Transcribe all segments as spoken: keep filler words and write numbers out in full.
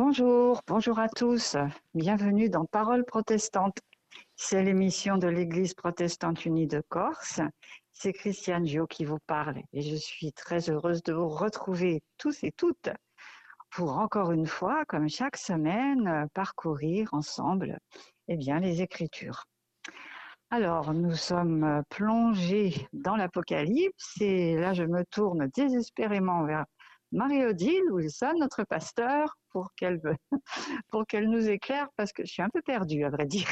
Bonjour, bonjour à tous. Bienvenue dans Paroles protestantes. C'est l'émission de l'Église protestante unie de Corse. C'est Christiane Gio qui vous parle et je suis très heureuse de vous retrouver tous et toutes pour encore une fois, comme chaque semaine, parcourir ensemble eh bien, les Écritures. Alors, nous sommes plongés dans l'Apocalypse et là, je me tourne désespérément vers Marie-Odile Wilson, notre pasteur, pour qu'elle pour qu'elle nous éclaire parce que je suis un peu perdue, à vrai dire.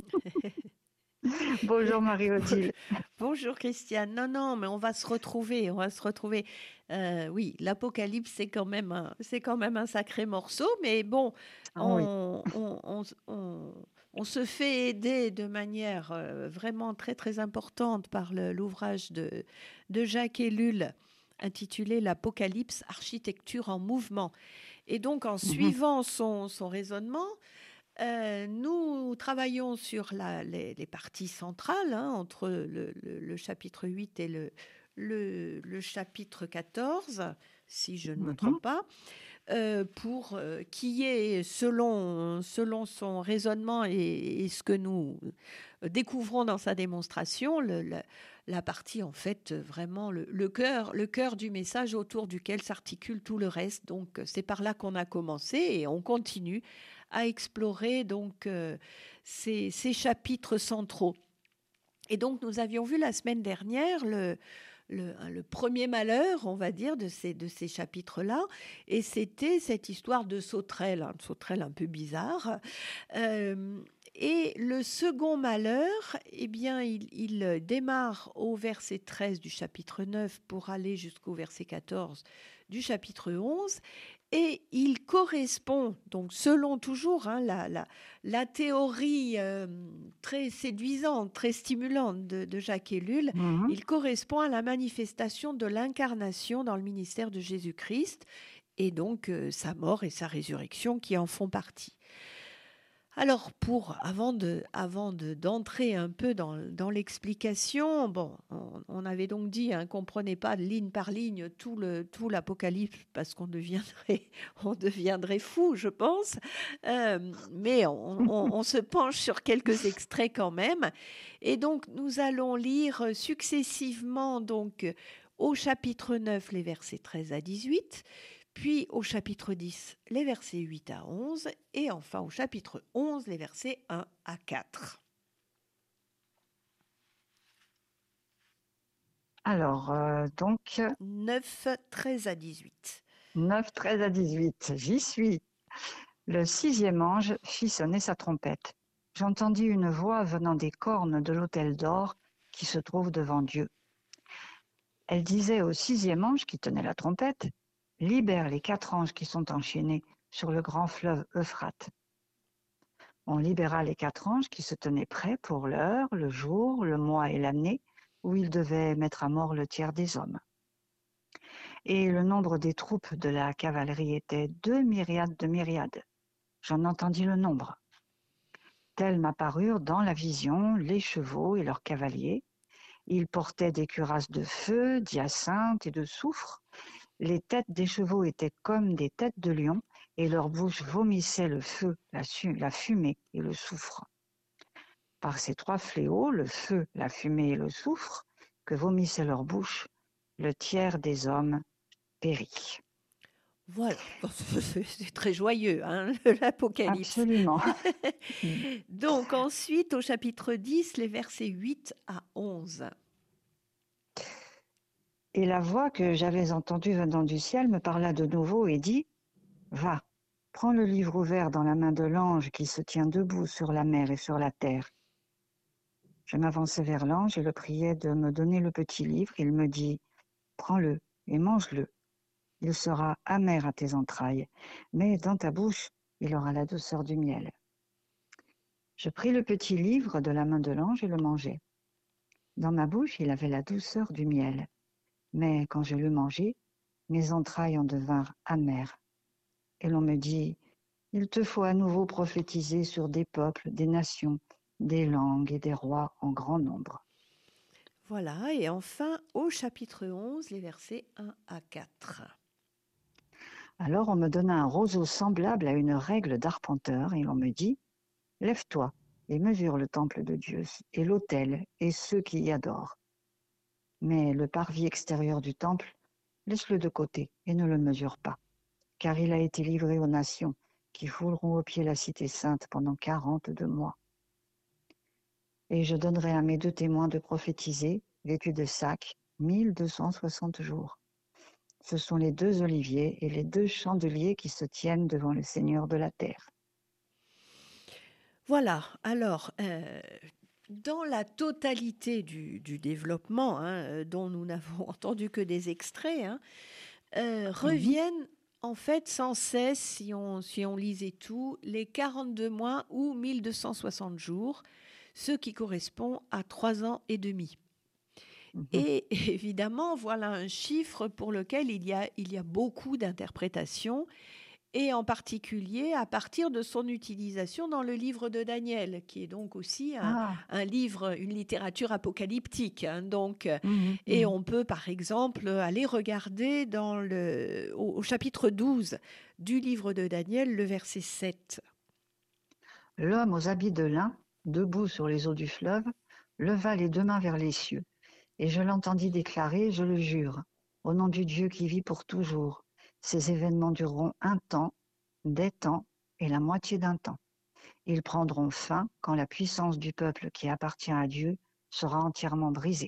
Bonjour Marie-Odile. Bonjour Christiane. Non, non, mais on va se retrouver, on va se retrouver. Euh, oui, l'Apocalypse, c'est quand même un, c'est quand même un sacré morceau, mais bon, Ah oui. on, on, on, on- on se fait aider de manière euh, vraiment très, très importante par le- l'ouvrage de, de Jacques Ellul intitulé L'Apocalypse, architecture en mouvement. Et donc, en Mhm. suivant son, son raisonnement, euh, nous travaillons sur la- les, les parties centrales, hein, entre le, le- le chapitre huit et le, le- le chapitre quatorze, si je ne me Mhm. trompe pas, euh, pour euh, qui est, selon, selon son raisonnement et, et ce que nous découvrons dans sa démonstration, le- la, la partie en fait vraiment le, le cœur, le cœur du message autour duquel s'articule tout le reste. Donc c'est par là qu'on a commencé et on continue à explorer donc euh, ces, ces chapitres centraux. Et donc, nous avions vu la semaine dernière le, le, le premier malheur, on va dire, de ces, de ces chapitres-là. Et c'était cette histoire de sauterelle, un sauterelle un peu bizarre. Euh, et le second malheur, eh bien, il, il démarre au verset treize du chapitre neuf pour aller jusqu'au verset quatorze du chapitre onze. Et il correspond, donc selon toujours hein, la, la, la théorie euh, très séduisante, très stimulante de, de Jacques Ellul, Mhm. il correspond à la manifestation de l'incarnation dans le ministère de Jésus-Christ et donc euh, sa mort et sa résurrection qui en font partie. Alors, pour, avant de, avant de, d'entrer un peu dans, dans l'explication, bon, on, on avait donc dit hein, qu'on ne prenait pas ligne par ligne tout, le, tout l'Apocalypse parce qu'on deviendrait, on deviendrait fou, je pense. Euh, mais on, on, on se penche sur quelques extraits quand même. Et donc, nous allons lire successivement donc, au chapitre neuf, les versets treize à dix-huit, puis au chapitre dix, les versets huit à onze, et enfin au chapitre onze, les versets un à quatre. Alors, euh, donc, neuf, treize à dix-huit. neuf, treize à dix-huit, j'y suis. Le sixième ange fit sonner sa trompette. J'entendis une voix venant des cornes de l'autel d'or qui se trouve devant Dieu. Elle disait au sixième ange qui tenait la trompette, « Libère les quatre anges qui sont enchaînés sur le grand fleuve Euphrate. » On libéra les quatre anges qui se tenaient prêts pour l'heure, le jour, le mois et l'année où ils devaient mettre à mort le tiers des hommes. Et le nombre des troupes de la cavalerie était deux myriades de myriades. J'en entendis le nombre. Tels m'apparurent dans la vision les chevaux et leurs cavaliers. Ils portaient des cuirasses de feu, d'hyacinthe et de soufre. Les têtes des chevaux étaient comme des têtes de lion, et leur bouche vomissait le feu, la, la fumée et le soufre. Par ces trois fléaux, le feu, la fumée et le soufre, que vomissait leur bouche, le tiers des hommes périt. Voilà, c'est très joyeux, hein, l'Apocalypse. Absolument. Donc ensuite, au chapitre dix, les versets huit à onze. Et la voix que j'avais entendue venant du ciel me parla de nouveau et dit, « Va, prends le livre ouvert dans la main de l'ange qui se tient debout sur la mer et sur la terre. » Je m'avançai vers l'ange et le priai de me donner le petit livre. Il me dit, « Prends-le et mange-le. Il sera amer à tes entrailles, mais dans ta bouche, il aura la douceur du miel. » Je pris le petit livre de la main de l'ange et le mangeai. Dans ma bouche, il avait la douceur du miel, mais quand je le mangeai, mes entrailles en devinrent amères. Et l'on me dit, il te faut à nouveau prophétiser sur des peuples, des nations, des langues et des rois en grand nombre. Voilà, et enfin au chapitre onze, les versets un à quatre. Alors on me donna un roseau semblable à une règle d'arpenteur et l'on me dit « Lève-toi et mesure le temple de Dieu et l'autel et ceux qui y adorent. Mais le parvis extérieur du temple, laisse-le de côté et ne le mesure pas, car il a été livré aux nations qui fouleront au pied la cité sainte pendant quarante-deux mois. Et je donnerai à mes deux témoins de prophétiser, vêtus de sacs, mille deux cent soixante jours. Ce sont les deux oliviers et les deux chandeliers qui se tiennent devant le Seigneur de la terre. » Voilà, alors, euh, dans la totalité du, du développement, hein, dont nous n'avons entendu que des extraits, hein, euh, reviennent en fait sans cesse, si on, si on lisait tout, les quarante-deux mois ou mille deux cent soixante jours, ce qui correspond à trois ans et demi. Mhm. Et évidemment, voilà un chiffre pour lequel il y a, il y a beaucoup d'interprétations, et en particulier à partir de son utilisation dans le livre de Daniel, qui est donc aussi un, Ah. un livre, une littérature apocalyptique. Hein, donc, Mmh, et mmh. on peut, par exemple, aller regarder dans le, au, au chapitre douze du livre de Daniel, le verset sept. L'homme aux habits de lin, debout sur les eaux du fleuve, leva les deux mains vers les cieux, et je l'entendis déclarer, je le jure, au nom du Dieu qui vit pour toujours, ces événements dureront un temps, des temps et la moitié d'un temps. Ils prendront fin quand la puissance du peuple qui appartient à Dieu sera entièrement brisée.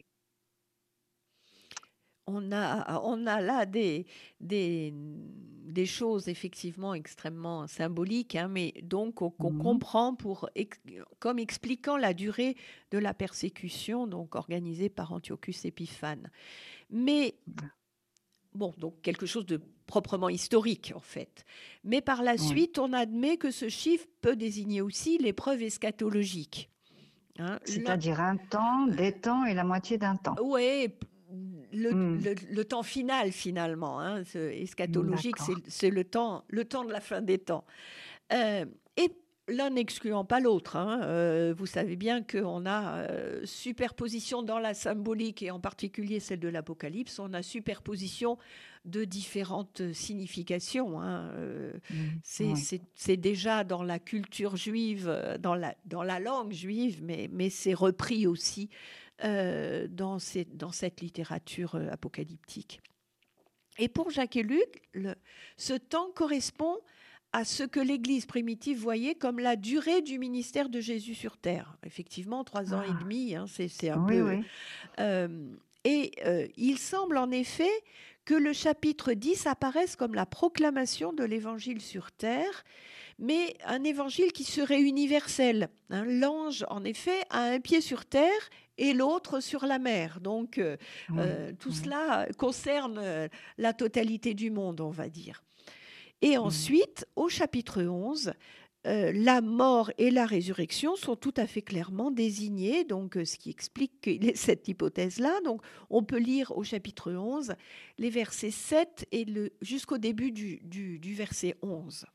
On a, on a là des, des, des choses effectivement extrêmement symboliques, hein, mais donc qu'on qu'on Mmh. comprend pour, ex- comme expliquant la durée de la persécution donc organisée par Antiochus Épiphane. Mais bon, donc quelque chose de proprement historique en fait. Mais par la Oui. suite, on admet que ce chiffre peut désigner aussi l'épreuve eschatologique. Hein, l'un- C'est-à-dire un temps, des temps et la moitié d'un temps. Ouais, p- le, Mmh. le- le temps final finalement, hein, ce eschatologique, D'accord. c'est c'est le temps, le temps de la fin des temps. Euh, et l'un n'excluant pas l'autre. Hein. Euh, vous savez bien qu'on a euh, superposition dans la symbolique, et en particulier celle de l'Apocalypse, on a superposition de différentes significations. Hein. Euh, Mmh. c'est Oui. c'est- c'est déjà dans la culture juive, euh, dans la, dans la langue juive, mais, mais c'est repris aussi euh, dans, ces, dans cette littérature euh, apocalyptique. Et pour Jacques Ellul, le, ce temps correspond à ce que l'Église primitive voyait comme la durée du ministère de Jésus sur terre. Effectivement, trois ans et Ah. demi, hein, c'est, c'est un Oui, peu... oui. Euh, et euh, il semble en effet que le chapitre dix apparaisse comme la proclamation de l'Évangile sur terre, mais un évangile qui serait universel. Hein. L'ange, en effet, a un pied sur terre et l'autre sur la mer. Donc, euh, Oui, euh, tout oui. cela concerne euh, la totalité du monde, on va dire. Et Mmh. ensuite, au chapitre onze, euh, la mort et la résurrection sont tout à fait clairement désignées, donc euh, ce qui explique qu'il est cette hypothèse-là. Donc, on peut lire au chapitre onze les versets sept et le, jusqu'au début du, du, du verset onze.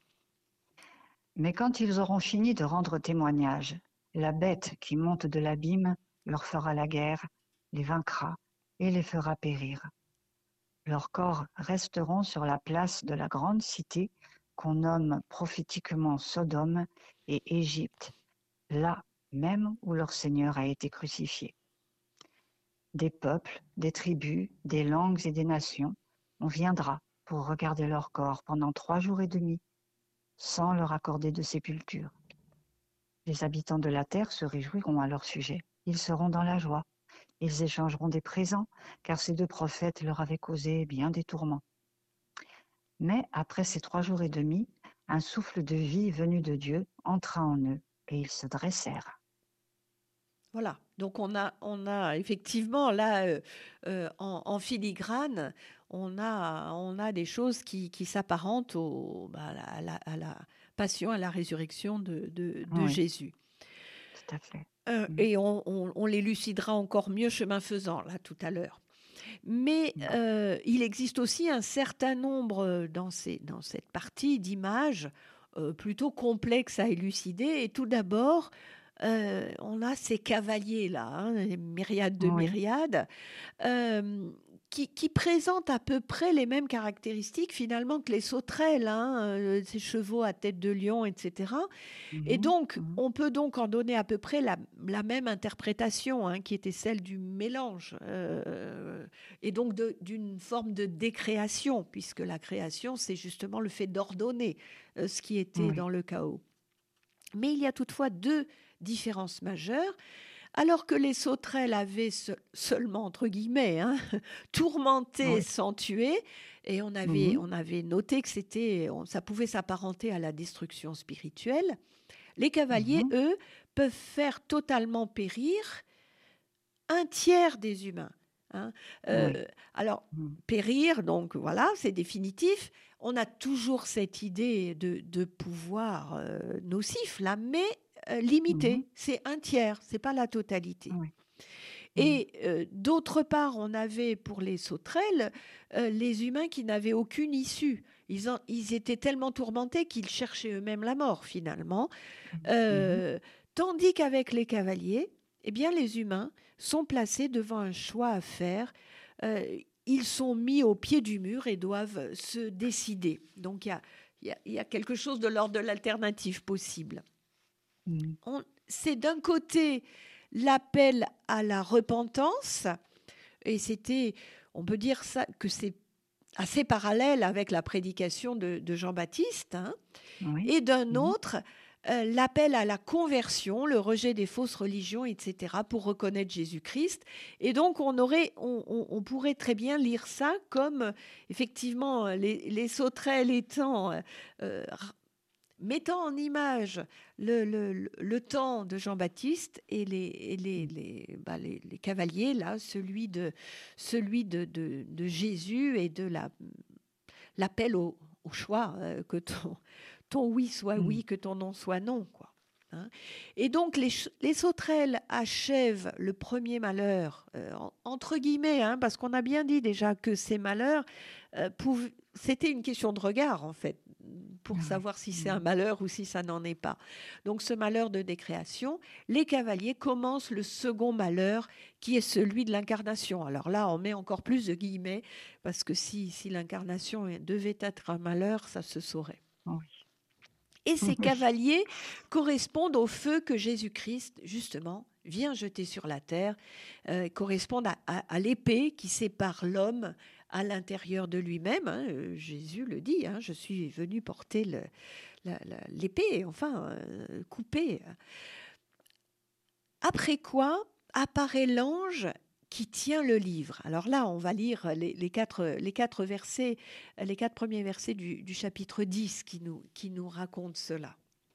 Mais quand ils auront fini de rendre témoignage, la bête qui monte de l'abîme leur fera la guerre, les vaincra et les fera périr. Leurs corps resteront sur la place de la grande cité qu'on nomme prophétiquement Sodome et Égypte, là même où leur Seigneur a été crucifié. Des peuples, des tribus, des langues et des nations, on viendra pour regarder leurs corps pendant trois jours et demi, sans leur accorder de sépulture. Les habitants de la terre se réjouiront à leur sujet. Ils seront dans la joie. Ils échangeront des présents, car ces deux prophètes leur avaient causé bien des tourments. Mais après ces trois jours et demi, un souffle de vie venu de Dieu entra en eux, et ils se dressèrent. Voilà, donc on a, on a effectivement là, euh, euh, en, en filigrane, on a, on a des choses qui, qui s'apparentent au, bah, à, la, à la- à la passion, à la résurrection de, de- de Oui, Jésus. tout à fait. Euh, Mm. et on, on- on l'élucidera encore mieux chemin faisant, là, tout à l'heure. Mais Mm. euh, il existe aussi un certain nombre euh, dans, ces, dans cette partie d'images euh, plutôt complexes à élucider. Et tout d'abord, euh, on a ces cavaliers-là, hein, les myriades de Oui. myriades, euh, qui, qui présente à peu près les mêmes caractéristiques finalement que les sauterelles, hein, euh, ces chevaux à tête de lion, et cetera. Et Mhm, donc, mhm. on peut donc en donner à peu près la, la même interprétation, hein, qui était celle du mélange, euh, et donc de, d'une forme de décréation, puisque la création, c'est justement le fait d'ordonner euh, ce qui était Oui, dans le chaos. Mais il y a toutefois deux différences majeures. Alors que les sauterelles avaient se- seulement, entre guillemets, hein, tourmenté oui. sans tuer, et on avait, Mhm, on avait noté que c'était, on- ça pouvait s'apparenter à la destruction spirituelle, les cavaliers, mhm. eux, peuvent faire totalement périr un tiers des humains, hein. Oui. Euh, alors, Mhm, périr, donc voilà, c'est définitif. On a toujours cette idée de, de pouvoir euh, nocif, là, mais euh, mhm. limité. C'est un tiers, c'est pas la totalité. Oui. Mhm, Et euh, d'autre part, on avait pour les sauterelles euh, les humains qui n'avaient aucune issue. Ils, en- ils étaient tellement tourmentés qu'ils cherchaient eux-mêmes la mort finalement. mhm. Euh, Tandis qu'avec les cavaliers, eh bien, les humains sont placés devant un choix à faire. Euh, ils sont mis au pied du mur et doivent se décider. Donc il y a, il y a- il y a quelque chose de l'ordre de l'alternative possible. Mhm. On- C'est d'un côté l'appel à la repentance, et c'était, on peut dire ça, que c'est assez parallèle avec la prédication de, de Jean-Baptiste, hein, Oui. et d'un Mhm. autre, euh, l'appel à la conversion, le rejet des fausses religions, et cetera, pour reconnaître Jésus-Christ. Et donc, on, aurait, on, on- on pourrait très bien lire ça comme, euh, effectivement, les, les sauterelles étant, euh, euh, mettant en image le, le- le temps de Jean-Baptiste et les, et les, les, bah, les- les cavaliers, là, celui de, celui de, de- de Jésus et de la, l'appel au, au choix, euh, que ton, ton oui soit Mhm. oui, que ton non soit non, quoi. Hein. Et donc les, les sauterelles achèvent le premier malheur, euh, en- entre guillemets, hein, parce qu'on a bien dit déjà que ces malheurs, euh, pouvaient- c'était une question de regard, en fait, pour Oui. savoir si c'est un Mhm. malheur ou si ça n'en est pas. Donc ce malheur de décréation, les cavaliers commencent le second malheur, qui est celui de l'incarnation. Alors là, on met encore plus de guillemets, parce que si, si l'incarnation devait être un malheur, ça se saurait. Oui. Et ces Oui. cavaliers correspondent au feu que Jésus-Christ, justement, vient jeter sur la terre, euh, correspondent à, à- à l'épée qui sépare l'homme à l'intérieur de lui-même, hein. Euh, Jésus le dit, hein, je suis venu porter le- la- la- l'épée, enfin, euh, couper. Après quoi apparaît l'ange qui tient le livre. Alors là, on va lire les, les quatre, les quatre versets, les quatre premiers versets du, du chapitre dix qui nous, qui nous racontent cela.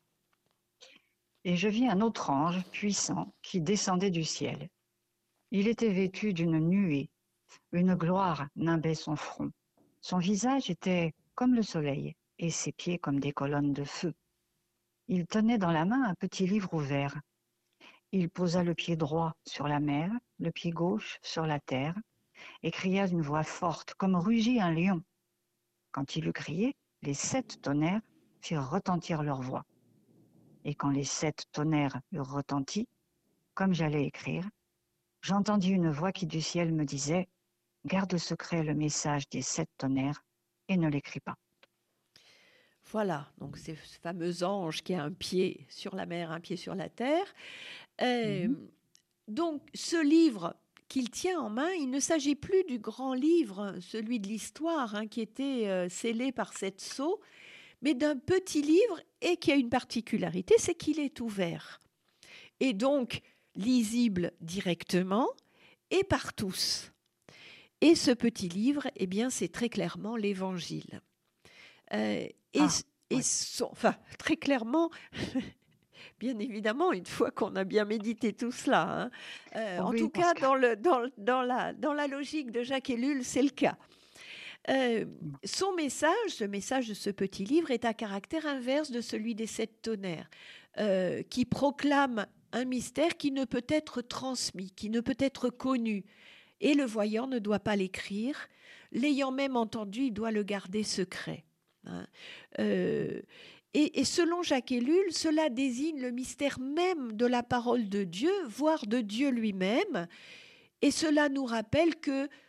Et je vis un autre ange puissant qui descendait du ciel. Il était vêtu d'une nuée. Une gloire nimbait son front. Son visage était comme le soleil et ses pieds comme des colonnes de feu. Il tenait dans la main un petit livre ouvert. Il posa le pied droit sur la mer, le pied gauche sur la terre, et cria d'une voix forte, comme rugit un lion. Quand il eut crié, les sept tonnerres firent retentir leur voix. Et quand les sept tonnerres eurent retenti, comme j'allais écrire, j'entendis une voix qui du ciel me disait, garde secret le message des sept tonnerres et ne l'écris pas. Voilà, donc c'est ce fameux ange qui a un pied sur la mer, un pied sur la terre. Euh, Mhm. donc ce livre qu'il tient en main, il ne s'agit plus du grand livre, celui de l'histoire, hein, qui était euh, scellé par sept sceaux, mais d'un petit livre et qui a une particularité, c'est qu'il est ouvert. Et donc lisible directement et par tous. Et ce petit livre, eh bien, c'est très clairement l'Évangile. Euh, et, Ah, et oui. son- enfin, très clairement, bien évidemment, une fois qu'on a bien médité tout cela, hein. Euh, en Oui, tout parce cas, que... dans, le, dans, dans, la, dans la logique de Jacques Ellul, c'est le cas. Euh, Mm. Son message, ce message de ce petit livre, est à caractère inverse de celui des sept tonnerres, euh, qui proclame un mystère qui ne peut être transmis, qui ne peut être connu. Et le voyant ne doit pas l'écrire. L'ayant même entendu, il doit le garder secret, hein. Euh, et, et selon Jacques Ellul, cela désigne le mystère même de la parole de Dieu, voire de Dieu lui-même. Et cela nous rappelle que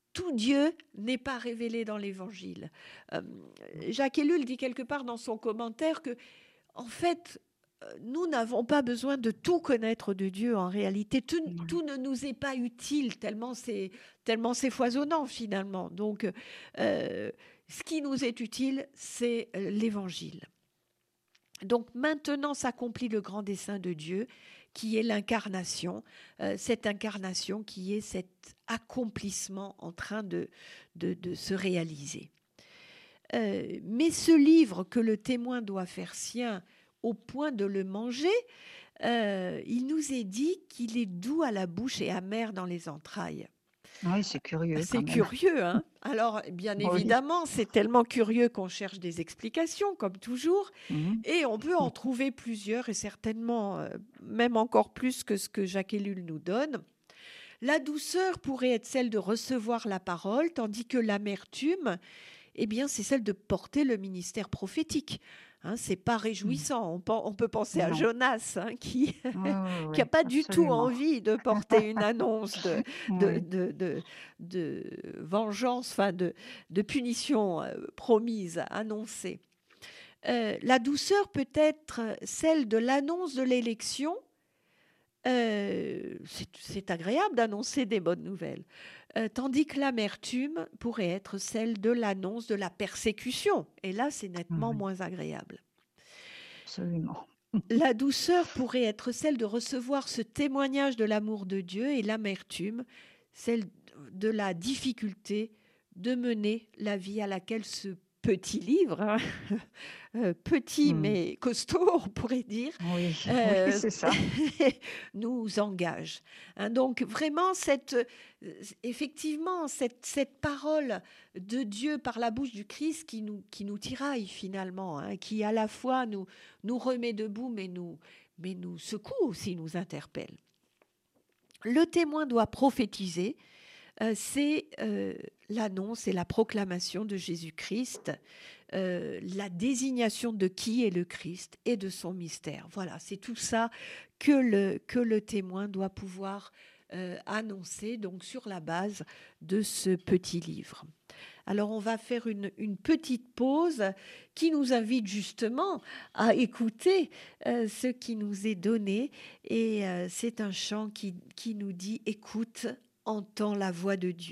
tout Dieu n'est pas révélé dans l'Évangile. Euh, Jacques Ellul dit quelque part dans son commentaire que, en fait, nous n'avons pas besoin de tout connaître de Dieu en réalité. Tout, tout ne nous est pas utile tellement c'est, tellement c'est foisonnant finalement. Donc, euh, ce qui nous est utile, c'est l'Évangile. Donc maintenant s'accomplit le grand dessein de Dieu, qui est l'incarnation, euh, cette incarnation qui est cet accomplissement en train de, de, de se réaliser. Euh, mais ce livre que le témoin doit faire sien au point de le manger, euh, il nous est dit qu'il est doux à la bouche et amer dans les entrailles. Oui, c'est curieux. C'est quand même. curieux, hein. Alors, bien Oui. évidemment, c'est tellement curieux qu'on cherche des explications, comme toujours, Mhm. et on peut en trouver plusieurs, et certainement euh, même encore plus que ce que Jacques Ellul nous donne. La douceur pourrait être celle de recevoir la parole, tandis que l'amertume, eh bien, c'est celle de porter le ministère prophétique. Hein, c'est pas réjouissant. On, on peut penser à Non. Jonas, hein, qui Oui, oui, oui, qui n'a pas du tout absolument. envie de porter une annonce de, de, Oui. de, de, de vengeance, enfin de, de punition euh, promise, annoncée. Euh, la douceur peut être celle de l'annonce de l'élection. Euh, c'est, c'est agréable d'annoncer des bonnes nouvelles. Euh, tandis que l'amertume pourrait être celle de l'annonce de la persécution. Et là, c'est nettement Mhm. moins agréable. Absolument. La douceur pourrait être celle de recevoir ce témoignage de l'amour de Dieu, et l'amertume, celle de la difficulté de mener la vie à laquelle ce petit livre, hein, euh, petit Mhm. mais costaud, on pourrait dire, Oui, euh, oui, c'est ça. nous engage. Hein, donc vraiment, cette, effectivement, cette, cette parole de Dieu par la bouche du Christ qui nous, qui nous tiraille finalement, hein, qui à la fois nous, nous remet debout, mais nous, mais nous secoue aussi, nous interpelle. Le témoin doit prophétiser, euh, c'est euh, l'annonce et la proclamation de Jésus-Christ, euh, la désignation de qui est le Christ et de son mystère. Voilà, c'est tout ça que le, que le témoin doit pouvoir euh, annoncer, donc sur la base de ce petit livre. Alors on va faire une, une petite pause qui nous invite justement à écouter euh, ce qui nous est donné, et euh, c'est un chant qui, qui nous dit « Écoute, entends la voix de Dieu ».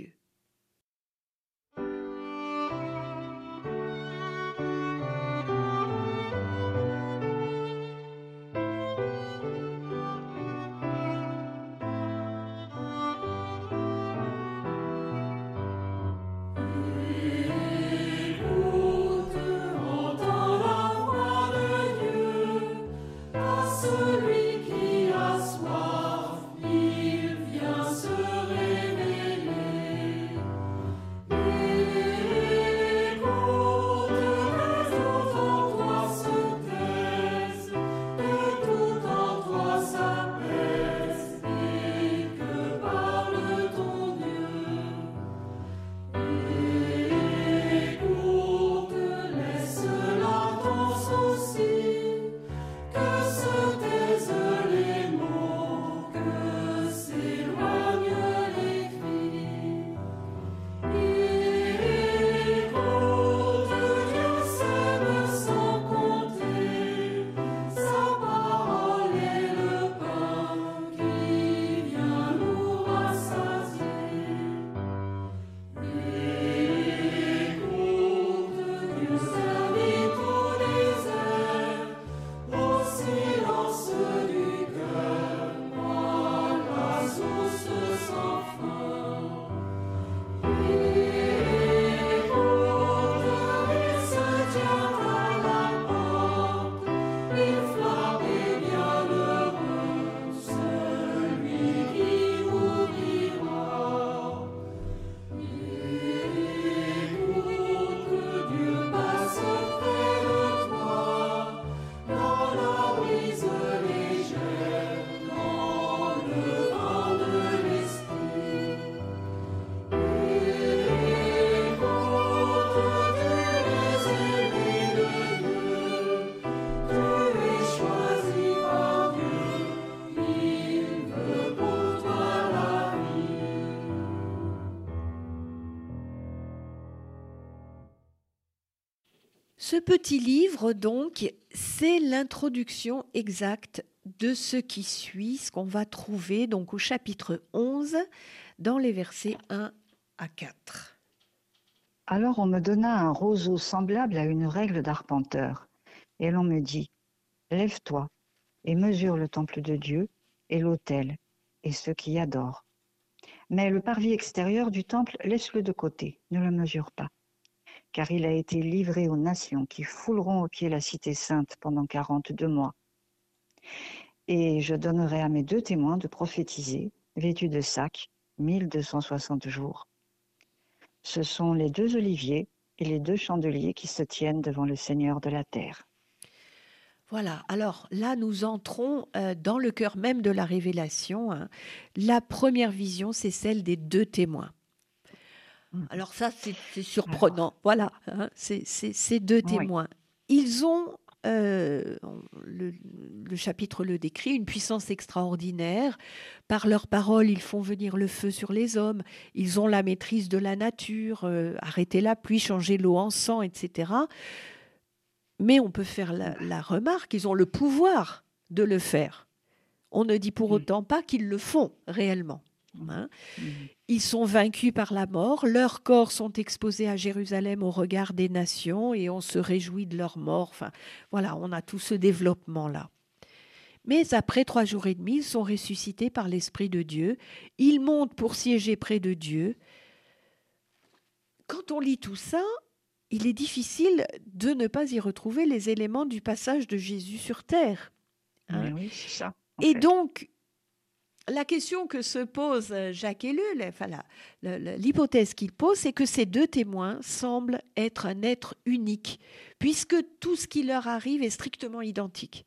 Celui qui a soif, il vient se révéler. Ce petit livre, donc, c'est l'introduction exacte de ce qui suit, ce qu'on va trouver donc au chapitre onze, dans les versets un à quatre. Alors on me donna un roseau semblable à une règle d'arpenteur, et l'on me dit, lève-toi et mesure le temple de Dieu et l'autel et ceux qui y adorent. Mais le parvis extérieur du temple, laisse-le de côté, ne le mesure pas, car il a été livré aux nations qui fouleront au pied la cité sainte pendant quarante-deux mois. Et je donnerai à mes deux témoins de prophétiser, vêtus de sacs, mille deux cent soixante jours. Ce sont les deux oliviers et les deux chandeliers qui se tiennent devant le Seigneur de la terre. Voilà, alors là, nous entrons euh, dans le cœur même de la révélation. Hein. La première vision, c'est celle des deux témoins. Alors ça, c'est, c'est surprenant. Alors, voilà, hein, c'est, c'est, ces deux témoins. Oui. Ils ont, euh, le, le chapitre le décrit, une puissance extraordinaire. Par leurs paroles, ils font venir le feu sur les hommes. Ils ont la maîtrise de la nature, euh, arrêter la pluie, changer l'eau en sang, et cetera. Mais on peut faire la, la remarque, ils ont le pouvoir de le faire. On ne dit pour autant pas qu'ils le font réellement. Hein. Ils sont vaincus par la mort, leurs corps sont exposés à Jérusalem au regard des nations et on se réjouit de leur mort. Enfin, voilà, on a tout ce développement-là. Mais après trois jours et demi, ils sont ressuscités par l'Esprit de Dieu. Ils montent pour siéger près de Dieu. Quand on lit tout ça, il est difficile de ne pas y retrouver les éléments du passage de Jésus sur terre. Hein. Oui, c'est ça. Et fait. Donc, la question que se pose Jacques Ellul, enfin la, la, l'hypothèse qu'il pose, c'est que ces deux témoins semblent être un être unique, puisque tout ce qui leur arrive est strictement identique.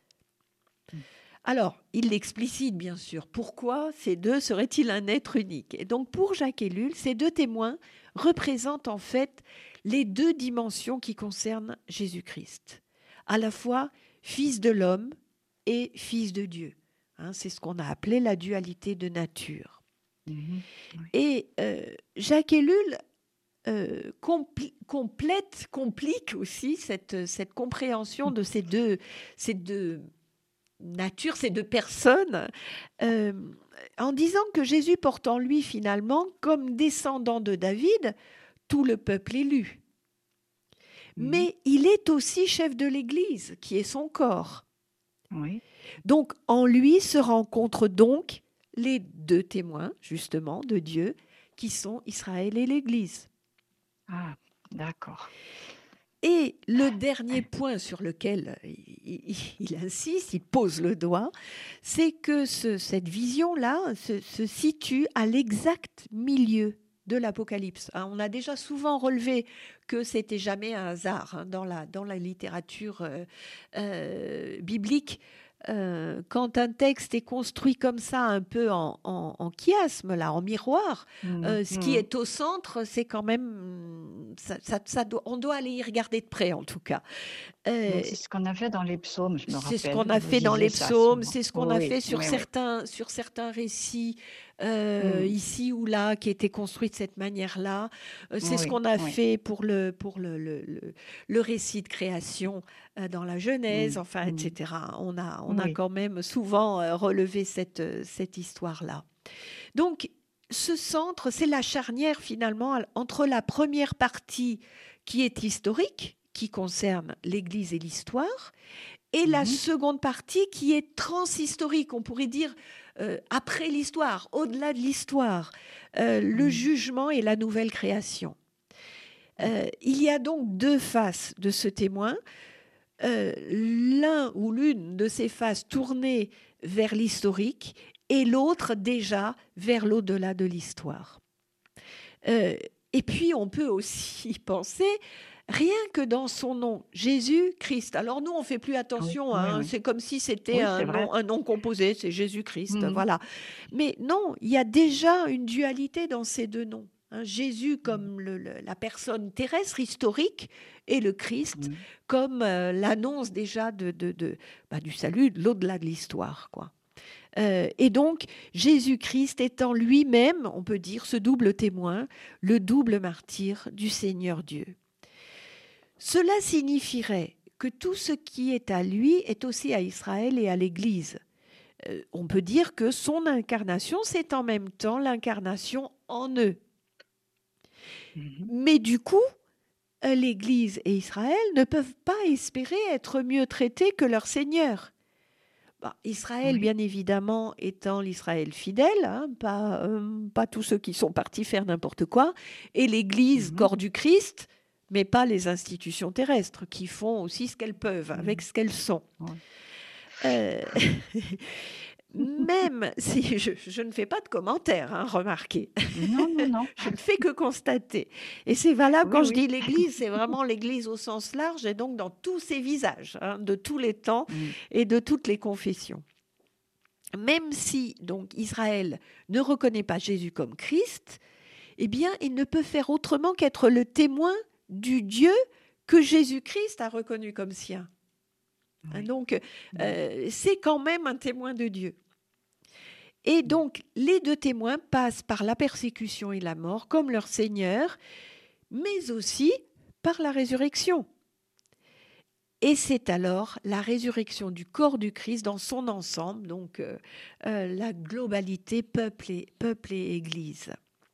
Alors, il l'explicite bien sûr. Pourquoi ces deux seraient-ils un être unique ? Et donc, pour Jacques Ellul, ces deux témoins représentent en fait les deux dimensions qui concernent Jésus-Christ. À la fois fils de l'homme et fils de Dieu. Hein, c'est ce qu'on a appelé la dualité de nature. Mmh, oui. Et euh, Jacques Ellul euh, compl- complète, complique aussi cette, cette compréhension de ces deux, ces deux natures, ces deux personnes, euh, en disant que Jésus porte en lui finalement, comme descendant de David, tout le peuple élu. Mmh. Mais il est aussi chef de l'Église, qui est son corps. Oui. Donc, en lui se rencontrent donc les deux témoins, justement, de Dieu, qui sont Israël et l'Église. Ah, d'accord. Et le dernier point sur lequel il, il insiste, il pose le doigt, c'est que ce, cette vision-là se, se situe à l'exact milieu de l'Apocalypse. Hein, on a déjà souvent relevé que c'était jamais un hasard hein, dans, la, dans la littérature euh, euh, biblique. Euh, quand un texte est construit comme ça, un peu en, en, en chiasme, là, en miroir, mmh, euh, ce mmh. qui est au centre, c'est quand même, ça, ça, ça doit, on doit aller y regarder de près, en tout cas. Euh, c'est ce qu'on a fait dans les psaumes, je me rappelle. C'est ce qu'on a fait dans les psaumes, c'est ce qu'on oui, a fait sur, oui, certains, oui. sur certains récits, euh, mmh. ici ou là, qui étaient construits de cette manière-là. Euh, c'est oui, ce qu'on a oui. fait pour le, pour le, le, le, le récit de création euh, dans la Genèse, mmh. enfin, mmh. et cetera. On a, on oui. a quand même souvent euh, relevé cette, cette histoire-là. Donc, ce centre, c'est la charnière finalement entre la première partie qui est historique, qui concerne l'Église et l'histoire, et mmh. la seconde partie qui est transhistorique, on pourrait dire euh, après l'histoire, au-delà de l'histoire, euh, mmh. le jugement et la nouvelle création. Euh, il y a donc deux faces de ce témoin, euh, l'un ou l'une de ces faces tournée vers l'historique et l'autre déjà vers l'au-delà de l'histoire. Euh, et puis on peut aussi penser rien que dans son nom, Jésus-Christ. Alors nous, on ne fait plus attention, oui, hein, oui, oui. c'est comme si c'était oui, un, nom, un nom composé, c'est Jésus-Christ, mmh. voilà. Mais non, il y a déjà une dualité dans ces deux noms. Hein, Jésus comme le, le, la personne terrestre, historique, et le Christ mmh. comme euh, l'annonce déjà de, de, de, bah, du salut, de l'au-delà de l'histoire, quoi. Euh, et donc, Jésus-Christ étant lui-même, on peut dire, ce double témoin, le double martyr du Seigneur Dieu. Cela signifierait que tout ce qui est à lui est aussi à Israël et à l'Église. Euh, on peut dire que son incarnation, c'est en même temps l'incarnation en eux. Mhm. Mais du coup, euh, l'Église et Israël ne peuvent pas espérer être mieux traités que leur Seigneur. Bah, Israël, Oui. bien évidemment, étant l'Israël fidèle, hein, pas, euh, pas tous ceux qui sont partis faire n'importe quoi, et l'Église, Mhm. corps du Christ, mais pas les institutions terrestres, qui font aussi ce qu'elles peuvent avec Mhm. ce qu'elles sont. Ouais. Euh, Même si je, je ne fais pas de commentaires, hein, remarquez, Non, non, non. je ne fais que constater. Et c'est valable Oui, quand je oui. dis l'Église, c'est vraiment l'Église au sens large et donc dans tous ses visages, hein, de tous les temps Mhm. et de toutes les confessions. Même si donc Israël ne reconnaît pas Jésus comme Christ, eh bien, il ne peut faire autrement qu'être le témoin du Dieu que Jésus-Christ a reconnu comme sien. Oui. Donc, Mhm. euh, c'est quand même un témoin de Dieu. Et Mhm. donc, les deux témoins passent par la persécution et la mort comme leur Seigneur, mais aussi par la résurrection. Et c'est alors la résurrection du corps du Christ dans son ensemble, donc euh, euh, la globalité peuple et, peuple et Église.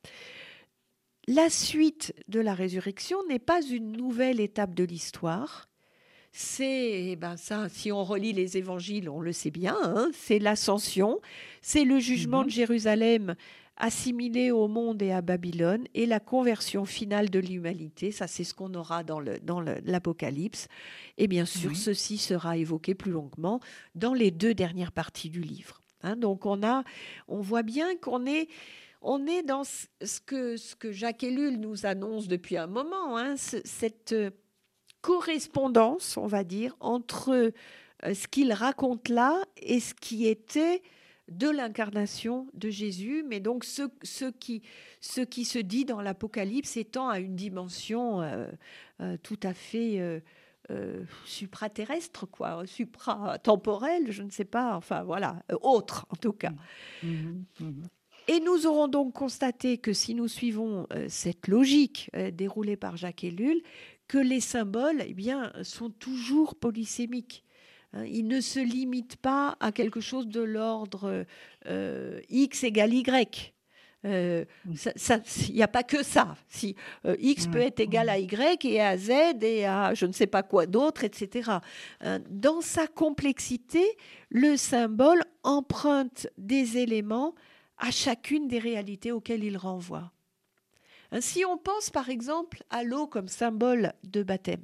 La suite de la résurrection n'est pas une nouvelle étape de l'histoire. C'est, eh ben ça, si on relit les évangiles, on le sait bien, hein, c'est l'ascension, c'est le jugement de Mhm. Jérusalem assimilé au monde et à Babylone, et la conversion finale de l'humanité. Ça, c'est ce qu'on aura dans, le, dans le, l'Apocalypse. Et bien sûr, Oui. ceci sera évoqué plus longuement dans les deux dernières parties du livre. Hein, donc, on, a, on voit bien qu'on est on est dans ce que, ce que Jacques Ellul nous annonce depuis un moment, hein, ce, cette correspondance, on va dire, entre euh, ce qu'il raconte là et ce qui était de l'incarnation de Jésus, mais donc ce, ce, qui, ce qui se dit dans l'Apocalypse étant à une dimension euh, euh, tout à fait euh, euh, supraterrestre, quoi, supratemporelle, je ne sais pas, enfin voilà, euh, autre en tout cas. Mhm. Mhm. Et nous aurons donc constaté que si nous suivons euh, cette logique euh, déroulée par Jacques Ellul, que les symboles eh bien, sont toujours polysémiques. Hein, ils ne se limitent pas à quelque chose de l'ordre euh, X égale Y. Il euh, n'y a pas que ça. Si, euh, X peut Oui. être égal à Y et à Z et à je ne sais pas quoi d'autre, et cetera. Hein, dans sa complexité, le symbole emprunte des éléments à chacune des réalités auxquelles il renvoie. Si on pense par exemple à l'eau comme symbole de baptême,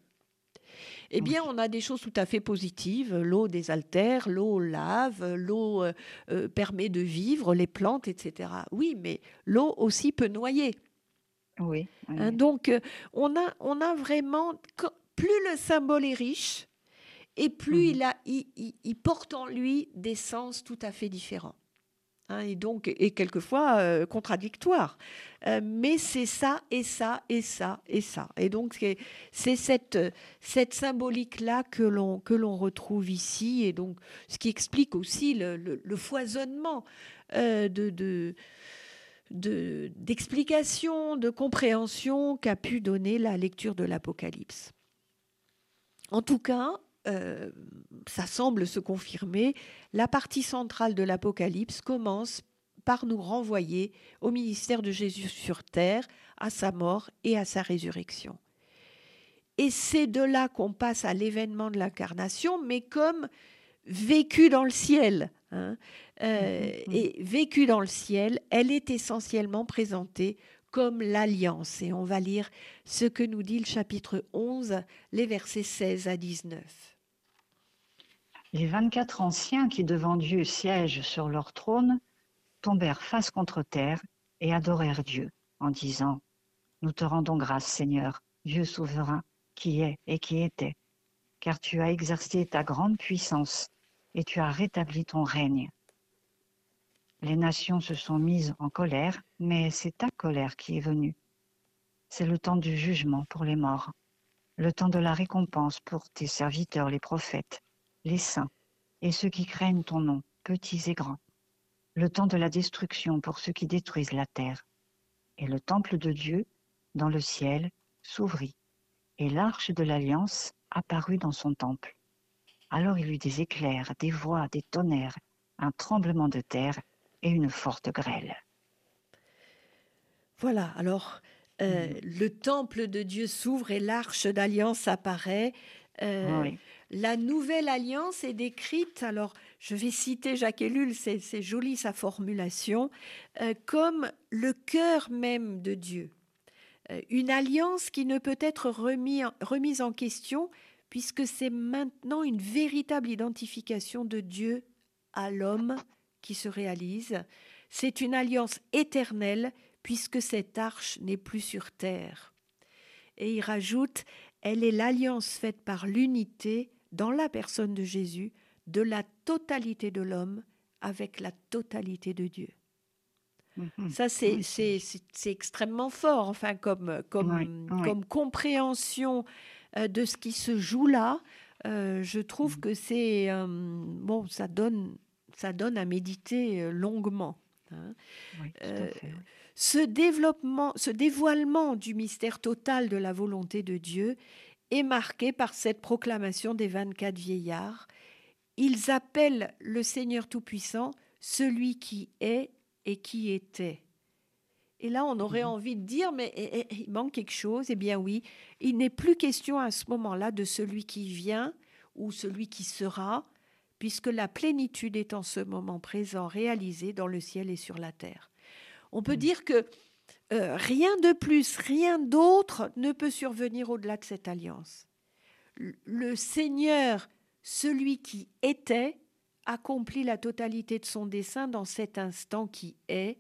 eh bien Oui. on a des choses tout à fait positives. L'eau désaltère, l'eau lave, l'eau euh, permet de vivre, les plantes, et cetera. Oui, mais l'eau aussi peut noyer. Oui. Oui. Hein, donc euh, on, a, on a vraiment, plus le symbole est riche, et plus Mhm. il, a, il, il, il porte en lui des sens tout à fait différents. Hein, et donc, et quelquefois euh, contradictoire. Euh, mais c'est ça, et ça, et ça, et ça. Et donc, c'est, c'est cette, cette symbolique-là que l'on, que l'on retrouve ici, et donc, ce qui explique aussi le, le, le foisonnement euh, de, de, de, d'explications, de compréhension qu'a pu donner la lecture de l'Apocalypse. En tout cas, euh, ça semble se confirmer, la partie centrale de l'Apocalypse commence par nous renvoyer au ministère de Jésus sur terre, à sa mort et à sa résurrection. Et c'est de là qu'on passe à l'événement de l'incarnation, mais comme vécu dans le ciel. Hein. Euh, Mhm. Mhm. et vécu dans le ciel, elle est essentiellement présentée comme l'alliance. Et on va lire ce que nous dit le chapitre onze, les versets seize à dix-neuf. Les vingt-quatre anciens qui devant Dieu siègent sur leur trône tombèrent face contre terre et adorèrent Dieu en disant : Nous te rendons grâce, Seigneur, Dieu souverain, qui est et qui était, car tu as exercé ta grande puissance et tu as rétabli ton règne. Les nations se sont mises en colère, mais c'est ta colère qui est venue. C'est le temps du jugement pour les morts, le temps de la récompense pour tes serviteurs, les prophètes, les saints et ceux qui craignent ton nom, petits et grands, le temps de la destruction pour ceux qui détruisent la terre. Et le temple de Dieu, dans le ciel, s'ouvrit. et l'arche de l'Alliance apparut dans son temple. Alors il y eut des éclairs, des voix, des tonnerres, un tremblement de terre et une forte grêle. Voilà, alors euh, Mm. le temple de Dieu s'ouvre et l'arche d'alliance apparaît. Euh, Oui. la nouvelle alliance est décrite, alors je vais citer Jacques Ellul, c'est, c'est joli sa formulation, euh, comme le cœur même de Dieu. Euh, une alliance qui ne peut être remis en, remise en question puisque c'est maintenant une véritable identification de Dieu à l'homme qui se réalise. C'est une alliance éternelle puisque cette arche n'est plus sur terre. Et il rajoute, elle est l'alliance faite par l'unité dans la personne de Jésus de la totalité de l'homme avec la totalité de Dieu. Mm-hmm. Ça, c'est, Oui, c'est, c'est, c'est extrêmement fort, enfin, comme, oui, comme, oui. comme compréhension euh, de ce qui se joue là. Euh, je trouve Mm. que c'est euh, bon, ça donne, ça donne à méditer euh, longuement. Hein. Oui, tout Euh, à fait. Oui. ce développement, ce dévoilement du mystère total de la volonté de Dieu est marqué par cette proclamation des vingt-quatre vieillards. Ils appellent le Seigneur Tout-Puissant celui qui est et qui était. Et là, on aurait Mm-hmm. envie de dire, mais eh, eh, il manque quelque chose. Eh bien oui, il n'est plus question à ce moment-là de celui qui vient ou celui qui sera, puisque la plénitude est en ce moment présent réalisée dans le ciel et sur la terre. On peut Mm. dire que euh, rien de plus, rien d'autre ne peut survenir au-delà de cette alliance. Le Seigneur, celui qui était, accomplit la totalité de son dessein dans cet instant qui est.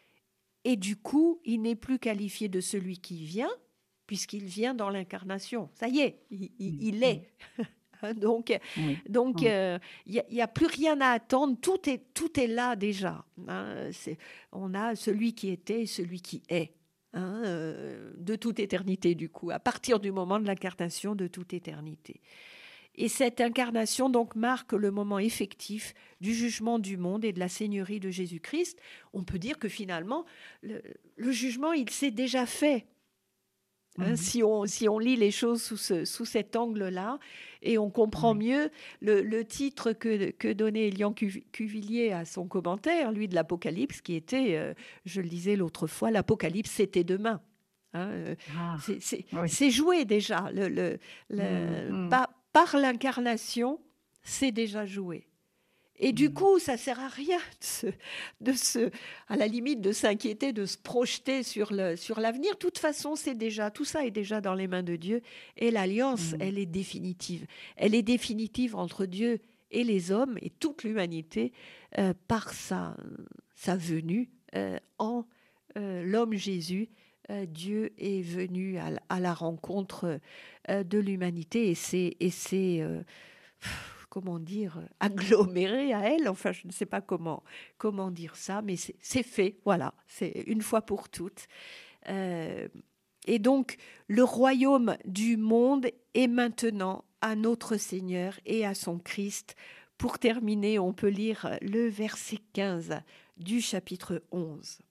Et du coup, il n'est plus qualifié de celui qui vient, puisqu'il vient dans l'incarnation. Ça y est, il, il, il est. donc, Oui. donc, il Oui. n'y euh, a, a plus rien à attendre. Tout est, tout est là déjà. Hein. C'est, on a celui qui était et celui qui est. Hein, euh, de toute éternité, du coup, à partir du moment de l'incarnation de toute éternité. Et cette incarnation donc marque le moment effectif du jugement du monde et de la seigneurie de Jésus-Christ. On peut dire que finalement, le, le jugement, il s'est déjà fait. Hein, Mm-hmm. si, on, si on lit les choses sous, ce, sous cet angle-là, et on comprend Oui. mieux le, le titre que, que donnait Élian Cuvillier à son commentaire, lui de l'Apocalypse, qui était, euh, je le disais l'autre fois, l'Apocalypse, c'était demain. Hein, euh, Ah, c'est, c'est, oui. c'est joué déjà. Le, le, le, Mm-hmm. pas, par l'incarnation, c'est déjà joué. Et du coup, ça ne sert à rien de se, de se, à la limite de s'inquiéter, de se projeter sur, le, sur l'avenir. De toute façon, c'est déjà, tout ça est déjà dans les mains de Dieu. Et l'alliance, Mm. elle est définitive. Elle est définitive entre Dieu et les hommes et toute l'humanité euh, par sa, sa venue euh, en euh, l'homme Jésus. Euh, Dieu est venu à, à la rencontre euh, de l'humanité et c'est... Et c'est euh, comment dire, aggloméré à elle. Enfin, je ne sais pas comment, comment dire ça, mais c'est, c'est fait, voilà, c'est une fois pour toutes. Euh, et donc, le royaume du monde est maintenant à notre Seigneur et à son Christ. Pour terminer, on peut lire le verset quinze du chapitre onze.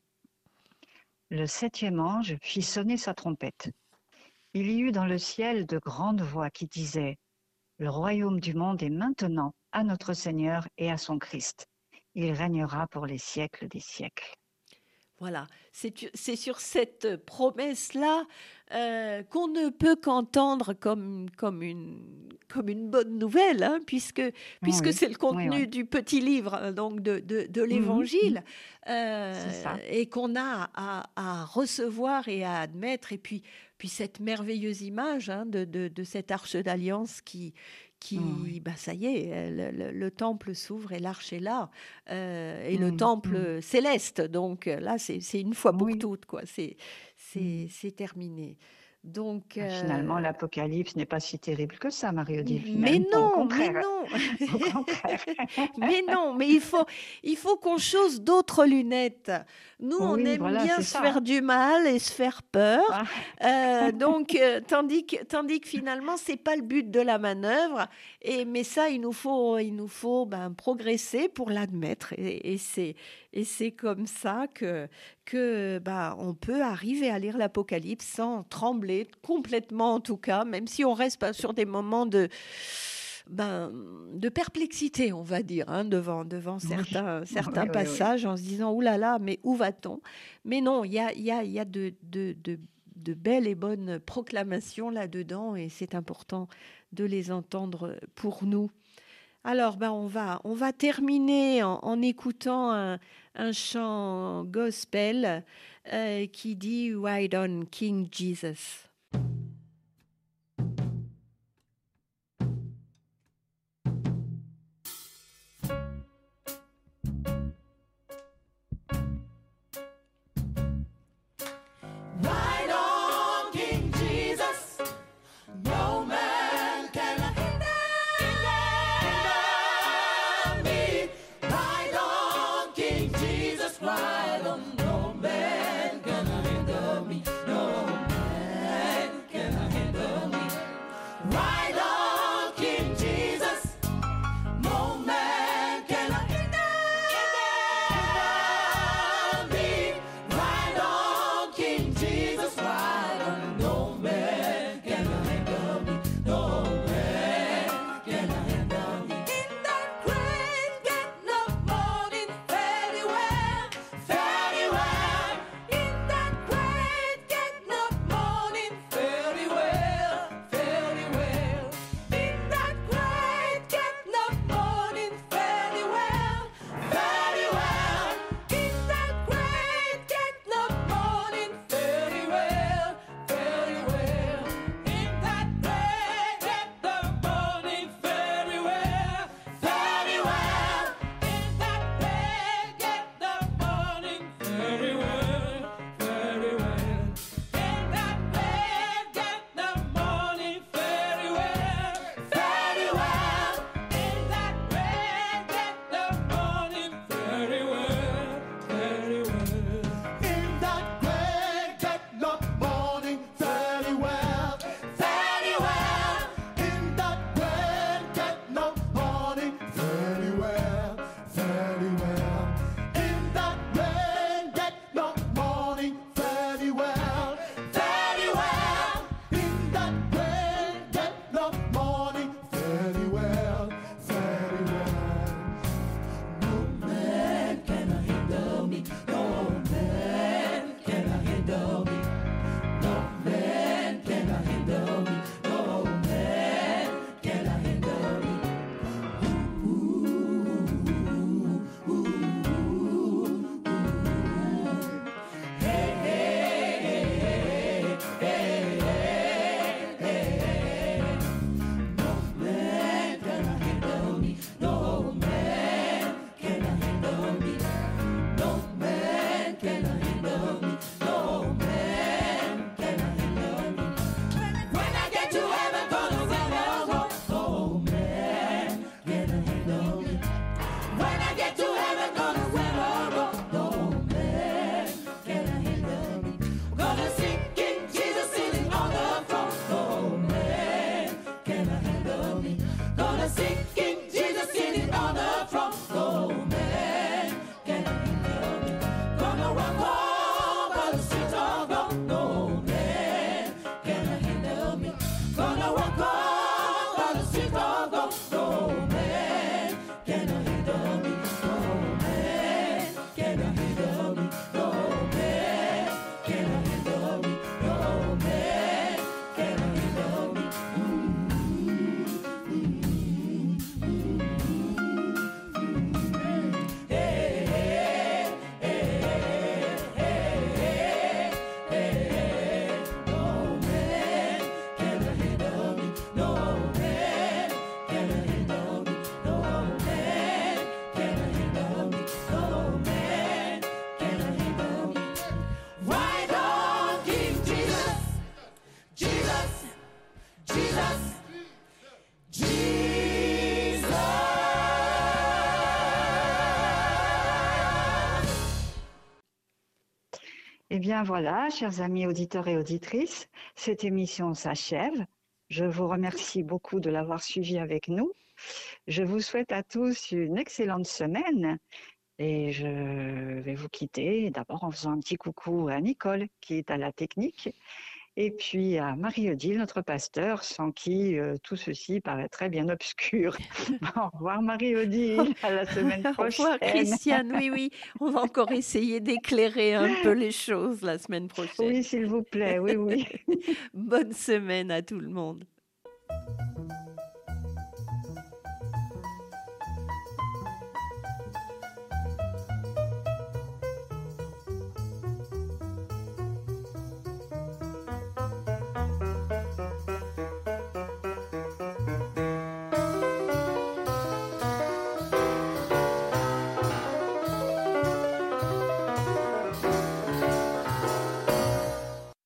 Le septième ange fit sonner sa trompette. Il y eut dans le ciel de grandes voix qui disaient « Le royaume du monde est maintenant à notre Seigneur et à son Christ. Il régnera pour les siècles des siècles. » Voilà, c'est, c'est sur cette promesse-là euh, qu'on ne peut qu'entendre comme, comme, une, comme une bonne nouvelle, hein, puisque, puisque Oui, c'est le oui, contenu oui. du petit livre donc de, de, de Mhm, l'Évangile, c'est euh, ça. et qu'on a à, à recevoir et à admettre, et puis, puis cette merveilleuse image hein, de, de, de cette arche d'alliance qui, qui Oui. bah, ça y est, le, le, le temple s'ouvre et l'arche est là, euh, et le Mhm, temple mhm. céleste, donc là, c'est, c'est une fois pour Oui. toutes, quoi. C'est, c'est, Mhm. c'est terminé. Donc, Ah, finalement, euh, l'Apocalypse n'est pas si terrible que ça, Marie-Odile, mais finalement. Au non, mais contraire. non, Au contraire. mais non, mais il faut, il faut qu'on chose d'autres lunettes. Nous, on Oui, aime voilà, bien c'est se ça. faire Hein. du mal et se faire peur. Ah. Euh, donc, euh, tandis que, tandis que finalement, c'est pas le but de la manœuvre. Et mais ça, il nous faut, il nous faut ben, progresser pour l'admettre. Et, et c'est, et c'est comme ça que que bah, on peut arriver à lire l'Apocalypse sans trembler complètement, en tout cas, même si on reste pas sur des moments de, ben, de perplexité, on va dire, hein, devant, devant certains, Oui, certains oui, oui, oui. passages, en se disant, ouh là là, mais où va-t-on? Mais non, il y a, il y a, il y a de, de, de, de belles et bonnes proclamations là-dedans, et c'est important de les entendre pour nous. Alors, ben, on va, on va terminer en, en écoutant un, un chant gospel euh, qui dit Ride on, King Jesus. Ride on, King Jesus. No man can hinder me. Ride on, King Jesus. Ride on. No man can hinder me. No man can hinder me. Ride on, King Jesus. No man can hinder me. Ride on, King Jesus. Ride on. No man can hinder me. No man can hinder me. In that great getting up morning, very well, very well. In that great getting up morning, very well, very well. In that great getting up morning, very well, very well. In that great getting up morning, very well, very well. In that great getting up morning, very well, very well. In that great getting up morning, very well, very well. In that great getting up morning, very well, very well. In that great getting up morning, very well, very well. In that great getting up morning, very well, very well. In that great getting up morning, very well, very well. In that great getting up morning, very well, very well. In that great getting up morning, very well, very well. No man can hinder me. No man can hinder me. No man can hinder me. No man can hinder me. Hey, hey, hey, hey, hey, hey. No man can hinder me. No man can hinder me. No man can hinder me. No man can hinder me. When I get to heaven, gonna win it all. No man can hinder me. When I get to heaven, gonna win it all. No man can hinder me. Gonna see King Jesus sitting on the throne. No man can hinder me. Gonna see King Jesus sitting on the throne. No man can hinder me. Gonna walk over the streets of gold. No man can hinder me. Gonna walk over the streets of gold. No man can hinder me. No man can hinder me. No man can hinder me. No man can hinder me. Hey, hey, hey, hey, hey. No man can hinder me. No man can hinder me. No man can hinder me. No man can hinder me. Ride on, King Jesus, Jesus, Jesus, Jesus. Eh bien voilà, chers amis auditeurs et auditrices, cette émission s'achève. Je vous remercie beaucoup de l'avoir suivie avec nous. Je vous souhaite à tous une excellente semaine Et je vais vous quitter d'abord en faisant un petit coucou à Nicole qui est à la technique et puis à Marie-Odile, notre pasteur, sans qui euh, tout ceci paraîtrait bien obscur. Au revoir Marie-Odile, à la semaine Au revoir, prochaine. Christiane. Oui, oui, on va encore essayer d'éclairer un peu les choses la semaine prochaine. Oui, s'il vous plaît, oui, oui. Bonne semaine à tout le monde.